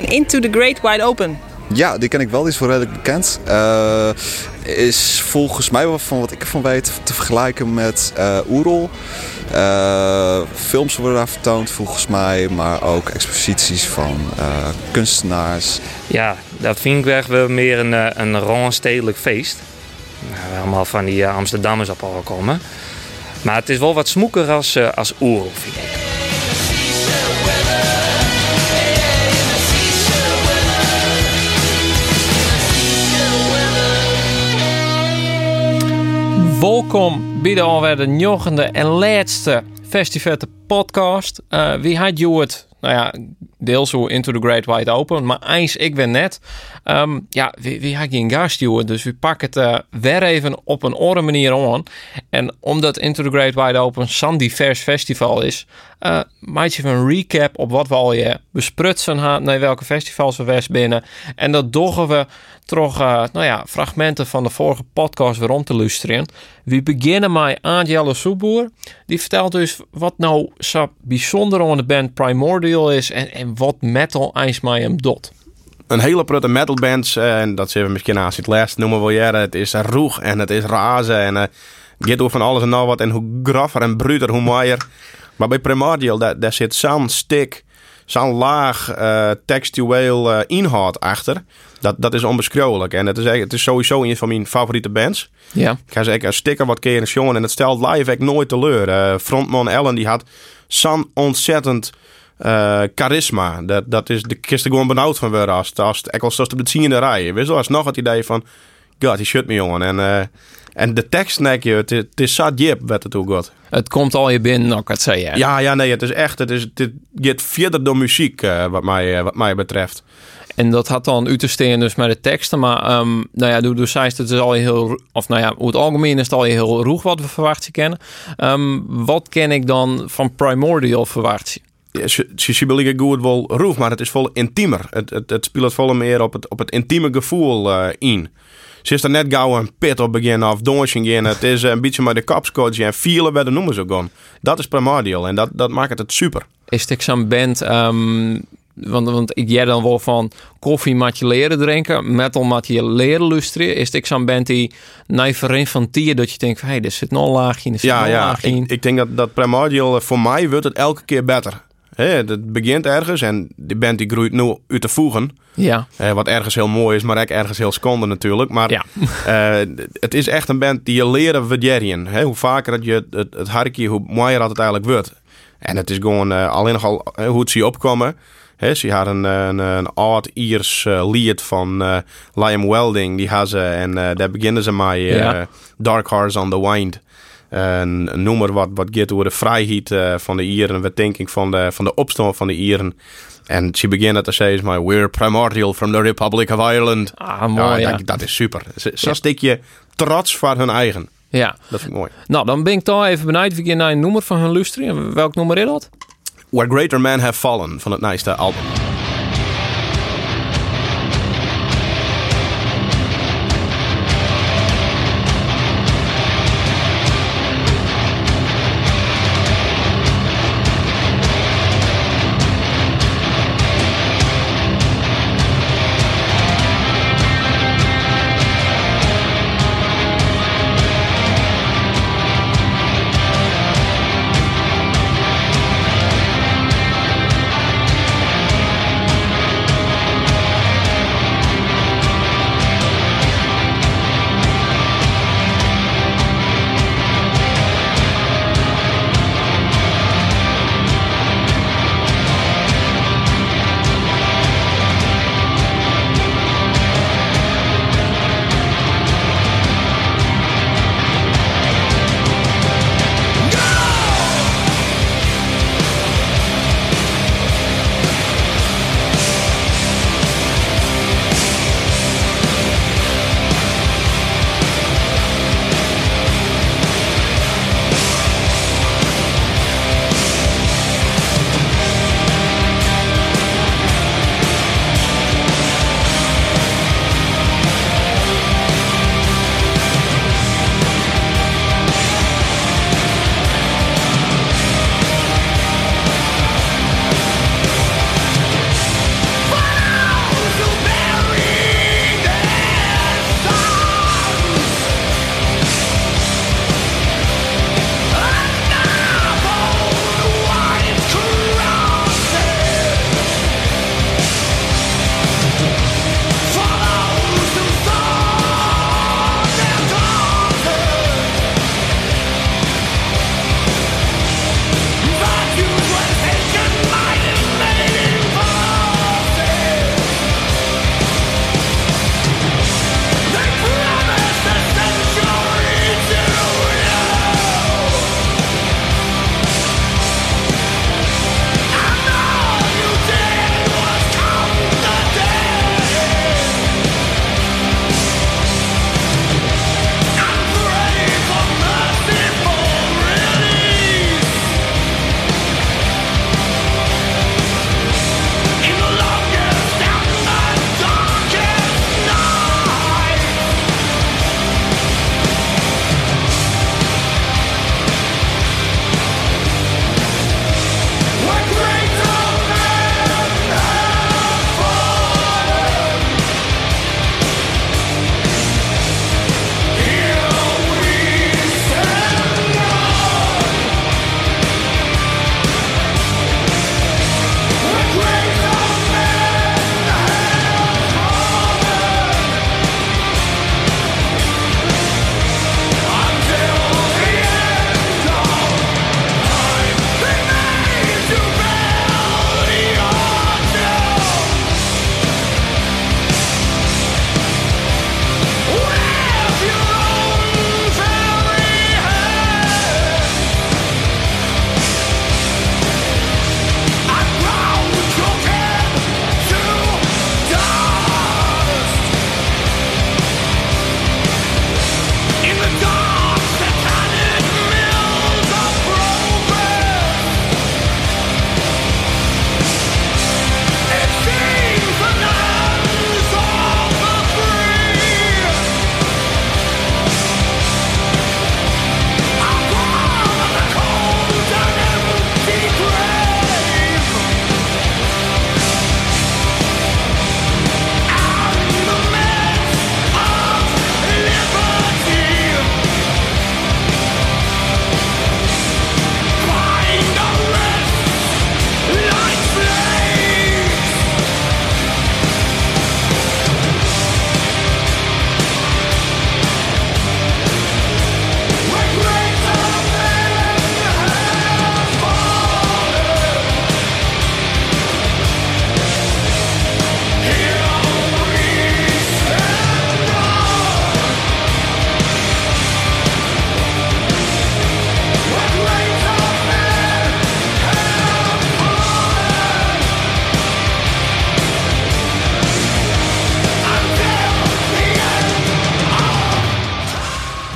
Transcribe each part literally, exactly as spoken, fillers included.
Into the Great Wide Open. Ja, die ken ik wel. Die is wel redelijk bekend. Uh, is volgens mij, van wat ik ervan weet, te vergelijken met uh, Oerol. Uh, films worden daar vertoond volgens mij, maar ook exposities van uh, kunstenaars. Ja, dat vind ik echt wel meer een, een randstedelijk feest. Nou, allemaal van die uh, Amsterdammers op al komen. Maar het is wel wat smoeker als, uh, als Oerol, vind ik. Welkom bij de alweer de negende en laatste Festivette podcast. Uh, wie had je het? Nou ja, deels zo Into the Great Wide Open, maar eens ik ben net. Um, ja, wie, wie had je een gast, joh? Dus we pakken het uh, weer even op een andere manier aan. En omdat Into the Great Wide Open zo'n divers festival is, uh, maak je even een recap op wat we al je besprutsen hadden, naar welke festivals we west binnen. En dat doggen we toch, uh, nou ja, fragmenten van de vorige podcast weer om te luisteren. We beginnen met Angela Soeboer. Die vertelt dus wat nou zo bijzonder aan de band Primordial is en, en wat metal eens mij hem doet. Een hele prutte metalband, en dat zullen we misschien naast het laatste noemen wel jaren. Het is roeg en het is razen en uh, gaat door van alles en al wat. En hoe graffer en bruter, hoe mooier. Maar bij Primordial, daar, daar zit zo'n stik, zo'n laag uh, textueel uh, inhoud achter. Dat, dat is onbeschrijfelijk. En het is, het is sowieso een van mijn favoriete bands. Ja. Ik ga zeggen, stikken wat keren jongen en het stelt live echt nooit teleur. Uh, frontman Ellen die had zo'n ontzettend uh, charisma. Dat, dat is de kist er gewoon benauwd van worden als het, als het, als het op de tiende rij. Wist je, als nog het idee van, god, die shut me jongen. En, uh, en de tekst, denk je, het, het is zo diep wat het ook gaat. Het komt al je binnen, ook het zei je. Ja, ja, nee, het is echt, het is, het gaat verder door muziek, uh, wat, mij, uh, wat mij betreft. En dat had dan u te steen dus met de teksten. Maar um, nou ja, door zei het is al heel, of nou ja, hoe het algemeen is het al heel roeg wat we verwachten kennen. Um, wat ken ik dan van Primordial verwachten? Ja, ze ze belegen goed wel roeg, maar het is vol intiemer. Het, het, het speelt vol meer op het, op het intieme gevoel uh, in. Ze is er net gauw een pit op beginnen of dansing in. Het is een beetje met de kapscoach en vielen bij de noemen zo gaan. Dat is Primordial en dat, dat maakt het super. Is het zo'n band? Um, Want, want ik jij dan wel van koffie moet je leren drinken, metal moet je leren luisteren. Is het zo'n band die nijver van tier dat je denkt van, hé, hey, er zit nog een laagje in, er zit ja, nog een ja. laagje in. Ik, ik denk dat, dat Primordial, voor mij wordt het elke keer beter. He, het begint ergens en die band die groeit nu uit te voegen. Ja. Eh, wat ergens heel mooi is, maar ook ergens heel schande natuurlijk. Maar ja. uh, het is echt een band die je leren waarderen. He, hoe vaker dat je het, het harkje, hoe mooier dat het eigenlijk wordt. En het is gewoon uh, alleen nogal uh, hoe het zie opkomen. He, ze had een, een, een oud-Iers uh, lied van uh, Liam Welding, die had ze. En uh, daar beginnen ze met uh, ja. Dark Horse on the Wind. Een, een noemer wat, wat gaat over de vrijheid uh, van de Ieren, wat denk ik van de, van de opstand van de Ieren. En ze beginnen te zeggen, maar we're primordial from the Republic of Ireland. Ah, mooi, ja. Dat, dat is super. Zo'n ja. stukje trots voor hun eigen. Ja. Dat vind ik mooi. Nou, dan ben ik toch even benieuwd. We gaan naar een nummer van hun luisteren. Welk nummer is dat? Where Greater Men Have Fallen van het nieuwste album.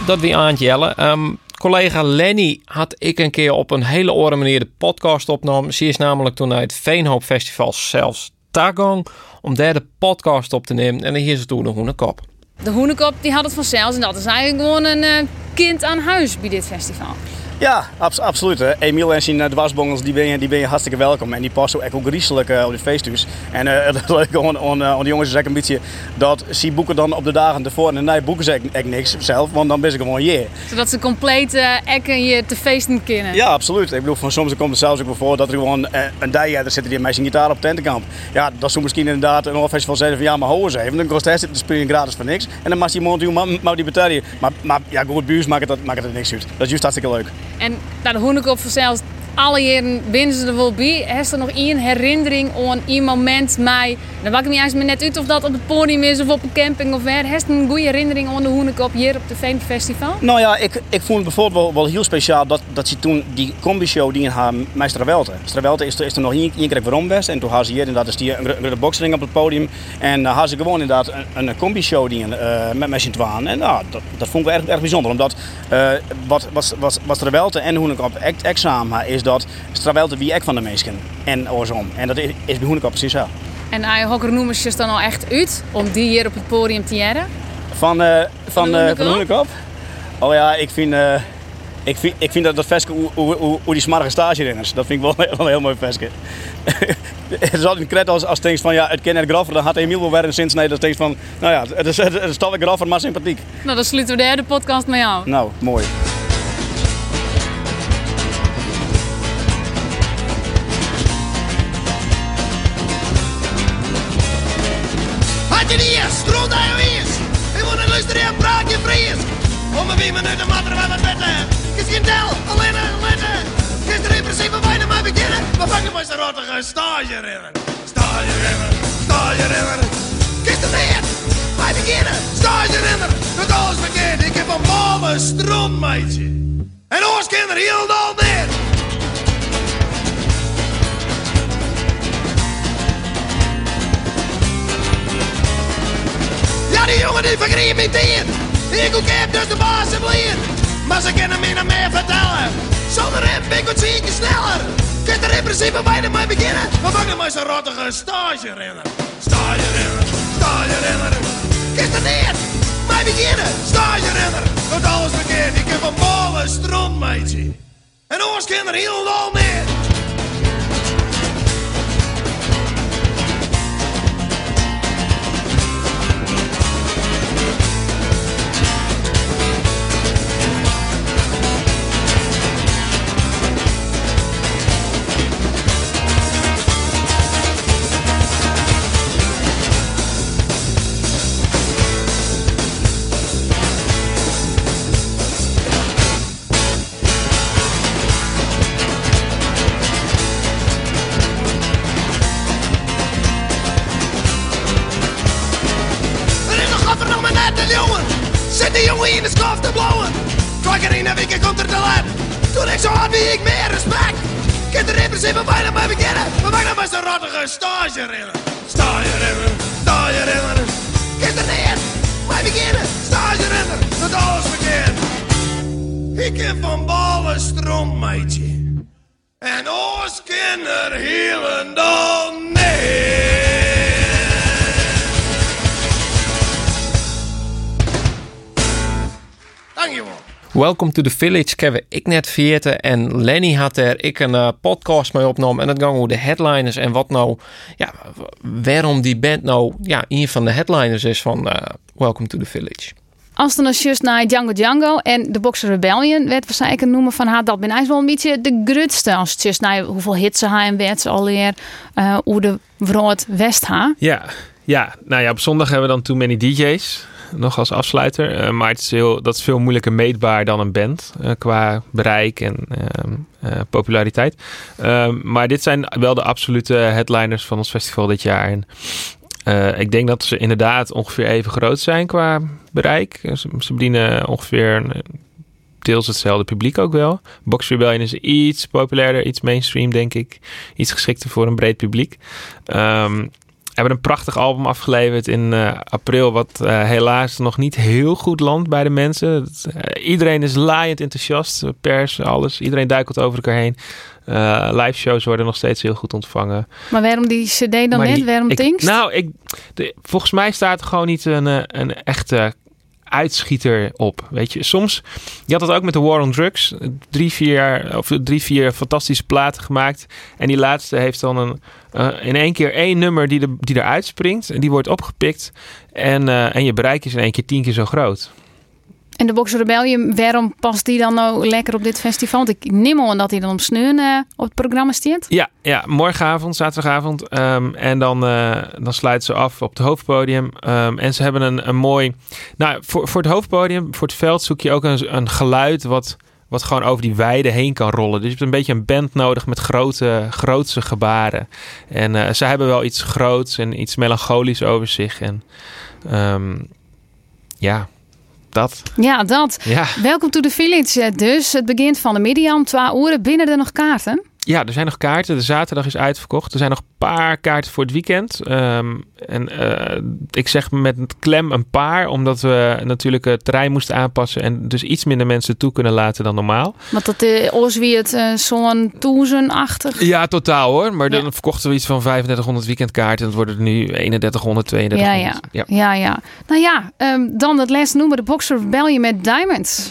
dat wie aan het jellen. Um, collega Lenny had ik een keer op een hele andere manier de podcast opgenomen. Ze is namelijk toen naar het Veenhoop Festival zelfs Tagong om daar de podcast op te nemen. En dan hier ze toen de Hoenekop. De Hoenekop die had het vanzelf en dat is eigenlijk gewoon een uh, kind aan huis bij dit festival. Ja, abs- absoluut. Hè. Emiel en zijn uh, dwarsbongels die ben, je, die ben je hartstikke welkom. En die passen ook ook griezelig uh, op dit feesthuis. En uh, het leuke aan, aan, aan de jongens is ook een beetje dat ze boeken dan op de dagen ervoor en daarna boeken ze echt niks zelf, want dan ben ze gewoon je. Zodat ze compleet uh, ekken je te feesten kunnen. Ja, absoluut. Ik bedoel, van soms komt het zelfs ook wel voor dat er gewoon uh, een dijjijder zit die met zijn gitaar op tentenkamp. Ja, dat zou misschien inderdaad een festival zeggen van ja, maar hou eens even. Dan kost hij zitten te spelen gratis voor niks. En dan mag die man maar die betalen. Maar, maar ja, goed, buurs maakt het, maakt het niks uit. Dat is juist hartstikke leuk. En naar de Hoenekop vanzelf, alle jaren binnen ze er wel bij. Heeft er nog één herinnering aan een moment mij? Dan maak ik me eigenlijk net uit of dat op het podium is of op een camping of waar. Heeft een goede herinnering aan de Hoenekop hier op het Veenhoop Festival? Nou ja, ik, ik vond het bijvoorbeeld wel, wel heel speciaal dat, dat ze toen die combi-show die in haar met Stravelte. Stravelte is er, is er nog één keer waarom best. En toen had ze hier inderdaad is die een grote boksring op het podium. En uh, had ze gewoon inderdaad een, een combi-show die in, uh, met met z'n twaalf. En nou, dat, dat vond ik erg, erg bijzonder. Omdat uh, wat, wat, wat, wat Stravelte en Hoenekop examen is dat Stravelte wie ik van de meesten en oorsom. En dat is, is bij Hoenekop precies zo. En hij hokker noemen ze dan al echt uit om die hier op het podium te jaren? Van, uh, van, van, uh, van Hoenekop? Oh ja, ik vind, uh, ik vind, ik vind dat dat veske hoe die smarige stageherinners, dat vind ik wel, wel een heel mooi veske. Het is altijd een kret als, als het van ja, het ken het graffer, dan had Emiel wel weer een zin nee, dat het van nou ja, het is, het is toch weer graffer, maar sympathiek. Nou, dan sluiten we de hele podcast mee aan. Nou, mooi. Stroom daar je is. Ik moet het luisteren en praat je vries. Om me wie minuten matter met het wetten. Kies geen tel, alleen en letten. Kies er in principe bijna maar beginnen. Maar vangen we zijn rottige stage rennen. Stage rennen, stage rennen. Kies er niet, wij beginnen. Stage rennen, dat alles verkeerd. Ik heb een malle stroom, meidje. En ons kinderen heel al neer. Ja, die jongen die vergreep me tegen. Ik ook heb dus de baas en blien. Maar ze kunnen me nog meer vertellen. Zonder hem ben ik wat zie je sneller. Kun je er in principe bijna mee beginnen. Maar vang dan maar zo'n rottige stage rennen. Stage rennen, stage rennen. Kun je er niet mee beginnen. Stage rennen, dat alles verkeerd. Ik heb een malle stront, meidje. En ons kinderen heel al meer. Zit die jongen in de schaf te blowen. Trek er een en week komt er te laat. Toen ik zo hard wie ik meer respect. Kent er in principe bijna bij beginnen. Maar mag dan maar zo'n rottige stage rennen. Stage rennen, stage rennen. Kent er niet bij beginnen. Stage rennen, dat alles verkeerd. Ik heb van ballen stroom, meidje. En ons kinder hielen dan nee. Dankjewel. Welcome to the Village, Kevin. Ik net veertig en Lenny had er ik een uh, podcast mee opgenomen. En dat ging over de headliners en wat nou, ja, waarom die band nou, ja, een van de headliners is van uh, Welcome to the Village. Als dan just naar Django Django en de Boxer Rebellion werd waarschijnlijk noemen van haar, dat ben eigenlijk wel een beetje de grutste. Als het just naar hoeveel hits ze haar en werd ze alweer uh, hoe de Wroot West haar. Ja, ja, nou ja, op zondag hebben we dan Too Many D J's. Nog als afsluiter. Uh, maar het is heel, dat is veel moeilijker meetbaar dan een band. Uh, qua bereik en uh, uh, populariteit. Uh, maar dit zijn wel de absolute headliners van ons festival dit jaar. En uh, ik denk dat ze inderdaad ongeveer even groot zijn qua bereik. Ze, ze bedienen ongeveer deels hetzelfde publiek ook wel. Box Rebellion is iets populairder, iets mainstream denk ik. Iets geschikter voor een breed publiek. Um, hebben een prachtig album afgeleverd in uh, april, wat uh, helaas nog niet heel goed landt bij de mensen. Het, uh, iedereen is laaiend enthousiast, pers, alles. Iedereen duikelt over elkaar heen. Uh, live shows worden nog steeds heel goed ontvangen. Maar waarom die cd dan Maar net? die- Waarom ik- Tingst? Nou, ik, de, volgens mij staat er gewoon niet een, uh, een echte uitschieter op. Weet je, soms, je had het ook met de War on Drugs. Drie, vier jaar, of drie, vier fantastische platen gemaakt. En die laatste heeft dan een, uh, in één keer één nummer die, de, die eruit springt. En die wordt opgepikt. En, uh, en je bereik is in één keer tien keer zo groot. En de Boxer Rebellion, waarom past die dan nou lekker op dit festival? Want ik neem aan dat hij dan om sneun uh, op het programma staat. Ja, ja, morgenavond, zaterdagavond. Um, en dan, uh, dan sluiten ze af op het hoofdpodium. Um, en ze hebben een, een mooi... Nou, voor, voor het hoofdpodium, voor het veld zoek je ook een, een geluid wat, wat gewoon over die weide heen kan rollen. Dus je hebt een beetje een band nodig met grote, grootse gebaren. En uh, ze hebben wel iets groots en iets melancholisch over zich. En um, ja, dat. Ja, dat. Ja. Welkom to the Village uh, dus. Het begint van de middag om twee uur. Binnen er nog kaarten? Ja, er zijn nog kaarten. De zaterdag is uitverkocht. Er zijn nog een paar kaarten voor het weekend. Um, en uh, ik zeg met klem een paar, omdat we natuurlijk het terrein moesten aanpassen en dus iets minder mensen toe kunnen laten dan normaal. Want dat uh, ons wie het uh, zo'n toezenachtig. Ja, totaal hoor. Maar Ja. dan verkochten we iets van vijfendertighonderd weekendkaarten. En dat worden er nu eenendertighonderd, Ja, tweeëndertighonderd. ja. Ja, ja. Nou ja, um, dan het laatste noemen, de Boxer Rebellion met Diamonds.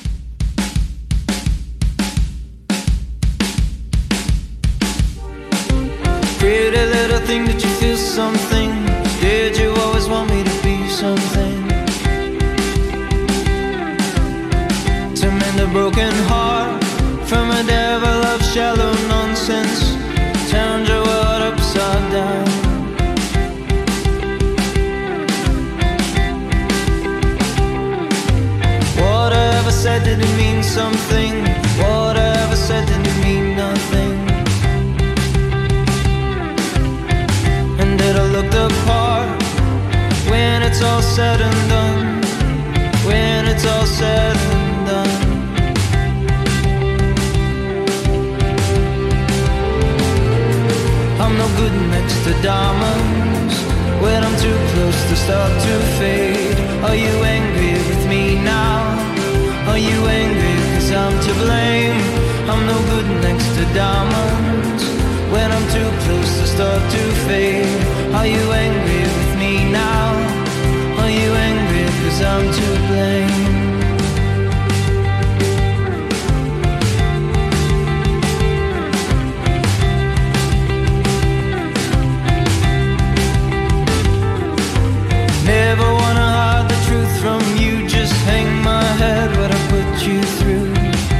Pretty little thing, did you feel something? Did you always want me to be something? To mend a broken heart from a devil of shallow nonsense, turned your world upside down. Whatever said, did it mean something? Whatever said, did it mean nothing? And did I look the part when it's all said and done? When it's all said and done. I'm no good next to diamonds when I'm too close to start to fade. Are you angry with me now? Are you angry cause I'm to blame? I'm no good next to diamonds when I'm too close to start to fade. Are you angry with me now? Are you angry cause I'm to blame? Never wanna hide the truth from you, just hang my head what I put you through.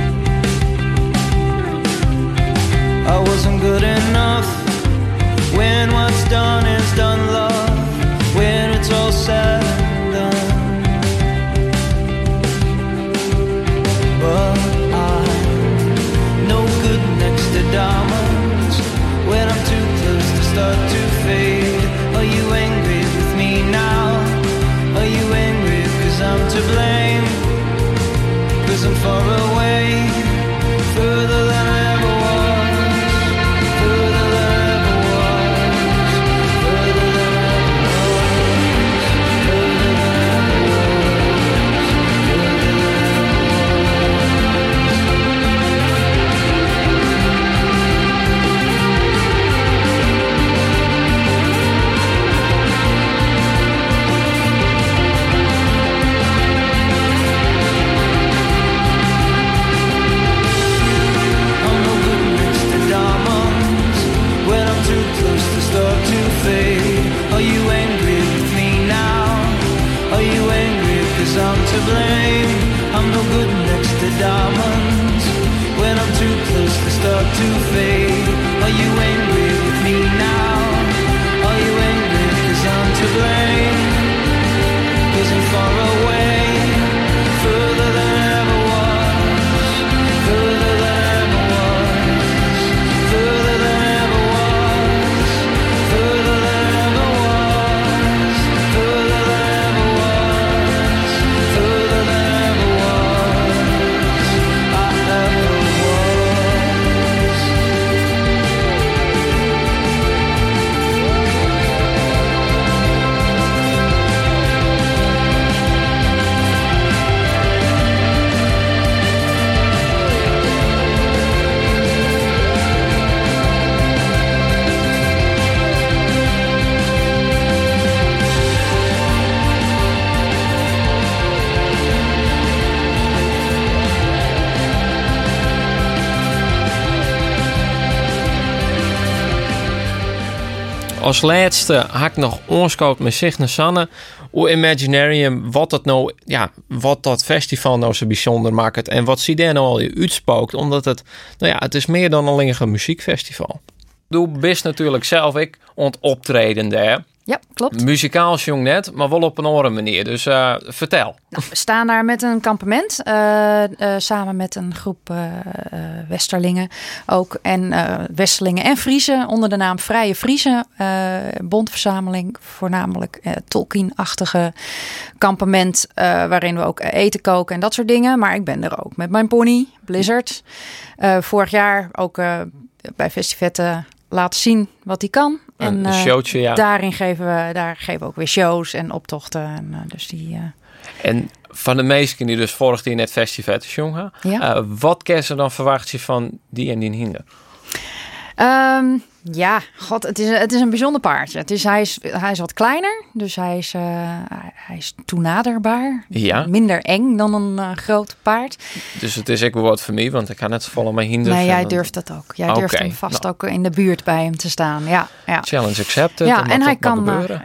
I wasn't good enough when what's done is done, love. When it's all said and done. But I'm no good next to diamonds when I'm too close to start to fade. Are you angry with me now? Are you angry cause I'm to blame? Cause I'm far away, further than I ever was, further than I ever was, further than I ever was, further than I ever was, further than I I'm no good next to diamonds when I'm too close to start to fade. Are you angry with me now? Are you angry cause I'm to blame? I'm no good next to diamonds when I'm too close to start to fade. Are you angry with me now? Are you angry cause I'm to blame? Cause I'm far away, further than I ever was, further than I ever was, further than I ever was, further than I ever was, further than I ever was, further than I ever was, I ever was. als laatste had ik nog onskoud met Signe Sanne. Hoe Imaginarium, wat dat nou, ja, wat dat festival nou zo bijzonder maakt. En wat zie daar nou al je uitspookt. Omdat het, nou ja, het is meer dan alleen een muziekfestival. Doe best natuurlijk zelf ik ont optreden daar. Ja, klopt. Muzikaal jong net, maar wel op een andere manier. Dus uh, vertel. Nou, we staan daar met een kampement. Uh, uh, samen met een groep uh, uh, Westerlingen ook. En uh, Westerlingen en Friezen onder de naam Vrije Friezen. Uh, bondverzameling, voornamelijk uh, Tolkien-achtige kampement. Uh, waarin we ook eten koken en dat soort dingen. Maar ik ben er ook met mijn pony, Blizzard. Uh, vorig jaar ook uh, bij Festivetten laten zien wat hij kan. En uh, een showtje, ja. Daarin geven we, daar geven we ook weer shows en optochten. En, uh, dus die, uh... En van de meesten die dus vorig jaar net festival jongen, ja. uh, wat kan ze dan verwacht je van die en die hinder? Um, ja, god, het is, het is een bijzonder paardje. Het is, hij, is, hij is wat kleiner, dus hij is, uh, hij is toenaderbaar. Ja. Minder eng dan een uh, groot paard. Dus het is ook wel wat voor mij, want ik kan net vallen mijn hinder. Nee, jij dan... durft dat ook. Jij okay. durft hem vast nou. ook in de buurt bij hem te staan. Ja, ja. Challenge accepted. Ja, en, en hij kan. gebeuren.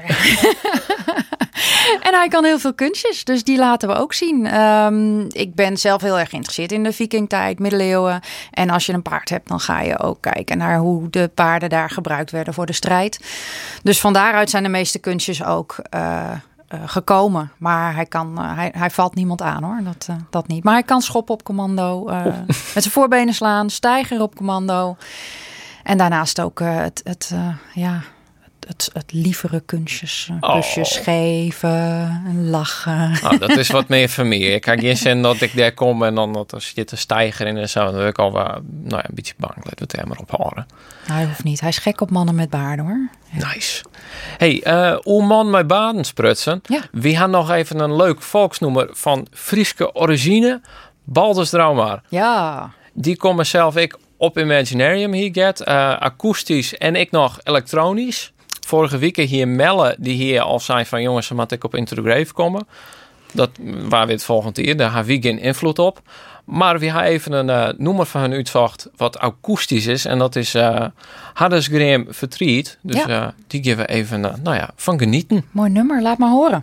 En hij kan heel veel kunstjes, dus die laten we ook zien. Um, ik ben zelf heel erg geïnteresseerd in de vikingtijd, middeleeuwen. En als je een paard hebt, dan ga je ook kijken naar hoe de paarden daar gebruikt werden voor de strijd. Dus van daaruit zijn de meeste kunstjes ook uh, uh, gekomen. Maar hij, kan, uh, hij, hij valt niemand aan hoor, dat, uh, dat niet. Maar hij kan schoppen op commando, uh, met zijn voorbenen slaan, stijger op commando. En daarnaast ook uh, het... het uh, ja... Het, het lievere kunstjes, kusjes oh. geven en lachen. Oh, dat is wat meer voor mij. Ik kan geen zin dat ik daar kom en dan dat er zit een stijger in en zo. Dan ben ik al wel, nou ja, een beetje bang. Laten we het er maar op horen. Hij hoeft niet. Hij is gek op mannen met baarden hoor. Ja. Nice. Hey, uh, hoe man met baarden sprutsen. Ja. We gaan nog even een leuk volksnummer van Frieske origine. Balders Draumar. Ja. Die komen zelf ik op Imaginarium hier get. Uh, akoestisch en ik nog elektronisch. Vorige week hier Melle, die hier al zei van jongens, dan moet ik op Into the Grave komen. Dat waar we het volgende keer, daar hebben we geen invloed op. Maar we hebben even een uh, noemer van hun uitzocht wat akoestisch is. En dat is uh, Hardesgrim Vertriet. Dus ja. uh, die geven we even, uh, nou ja, van genieten. Mooi nummer, laat maar horen.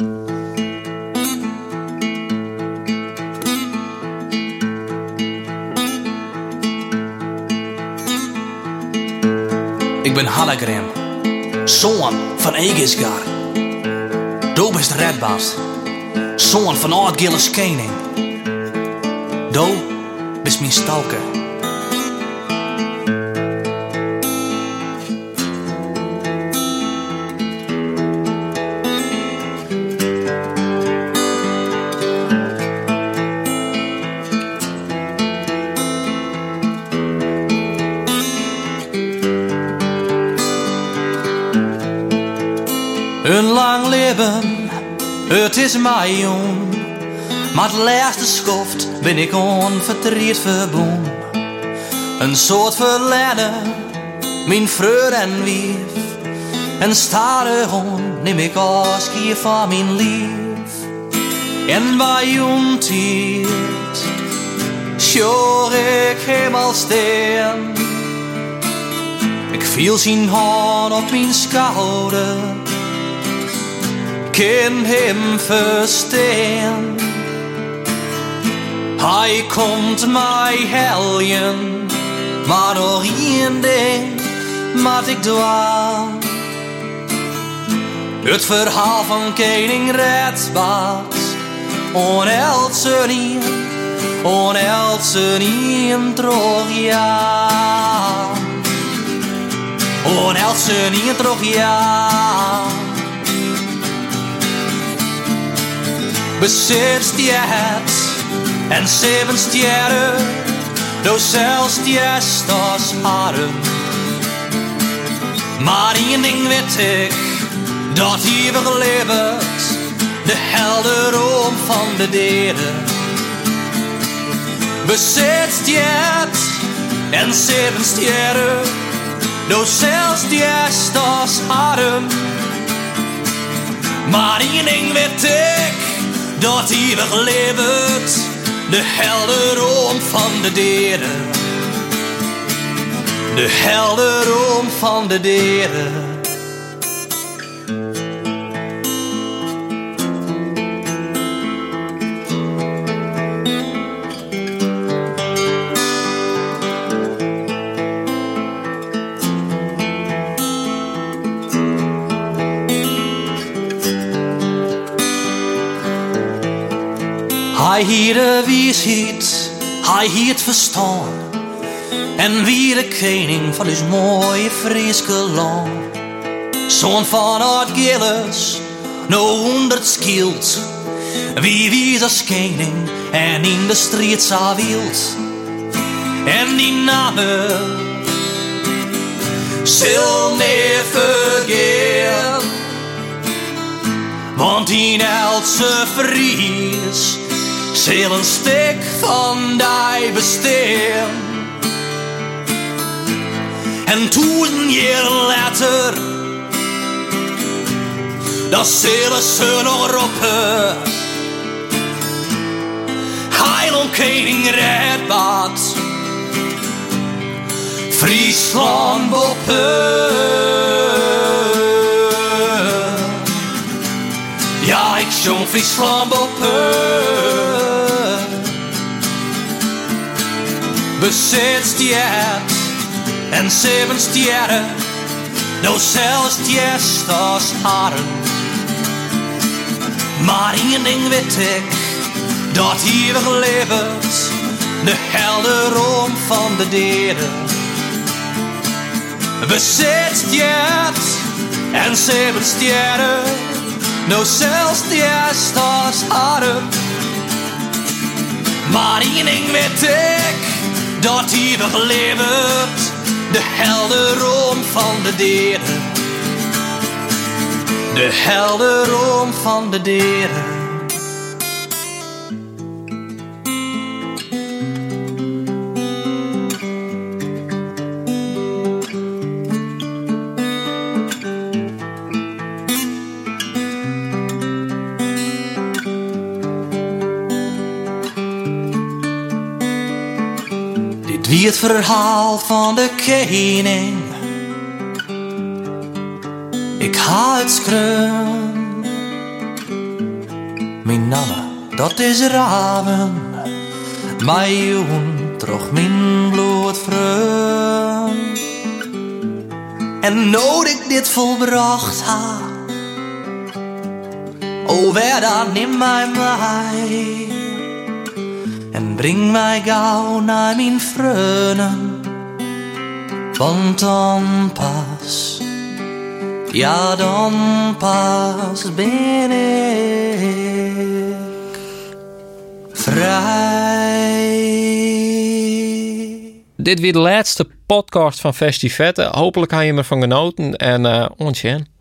Ik ben Hallagrim, zoon van Aegisgar. Du bist Redbast, zoon van Oud-Gilles koning. Du bist mijn stalker. Een lang leven, het is mij jong. Maar het laatste schoft ben ik onvertriet verboen. Een soort verleden, mijn vreugde en wief. En stare hond neem ik afscheid van mijn lief. En bij jontijd sjoor ik helemaal steen. Ik viel zijn hand op mijn schouder. Kan hem verstaan. Hij komt mij helpen, maar nog één ding moet ik doen. Het verhaal van koning Redbast, onelsen in, onelsen in terug ja. Onelsen in terug ja. Bezit die het en zeven sterren, door zelfs die als haren. Maar één ding weet ik, dat eeuwig leeft, de helderom van de derde. Bezit die het en zeven sterren, door zelfs die als haren. Maar één ding weet ik, dat eeuwig leeft, de helderom van de derde. De helderom van de derde. Hij hier de wiesheid, hij hier het verstaan. En wie de koning van ons mooie Frieske land. Zoon van het Gilles, no honderd skilt. Wie wie als koning en in de strijd sa wild. En die namen zal niet vergeten. Want die Else Fries zal een stuk van die bestaan. En duizend jaren later, dat zullen ze nog roepen. Heiland koning redbaat, Friesland boppen. Ja, ik zong Friesland boppen. Bezit stjert en zeven sterren, nou zelfs tjest als haren. Maar één ding weet ik, dat hier leeft, de helderom van de deren. Bezit stjert en zeven sterren, nou zelfs tjest als haren. Maar één ding weet ik, dat hier leeft, de helderom van de deren. De helderom van de deren. Dit wie het verhaal van de koning. Ik ga het skreun. Mijn naam, dat is Raven. Mijn jongen trog mijn bloed vreun. En nood ik dit volbracht ha, o wer dan neem mij mij. En breng mij gauw naar mijn vreunen. Want dan pas, ja, dan pas ben ik vrij. Dit weer de laatste podcast van Festivette. Hopelijk heb je ervan genoten en uh, ontjen.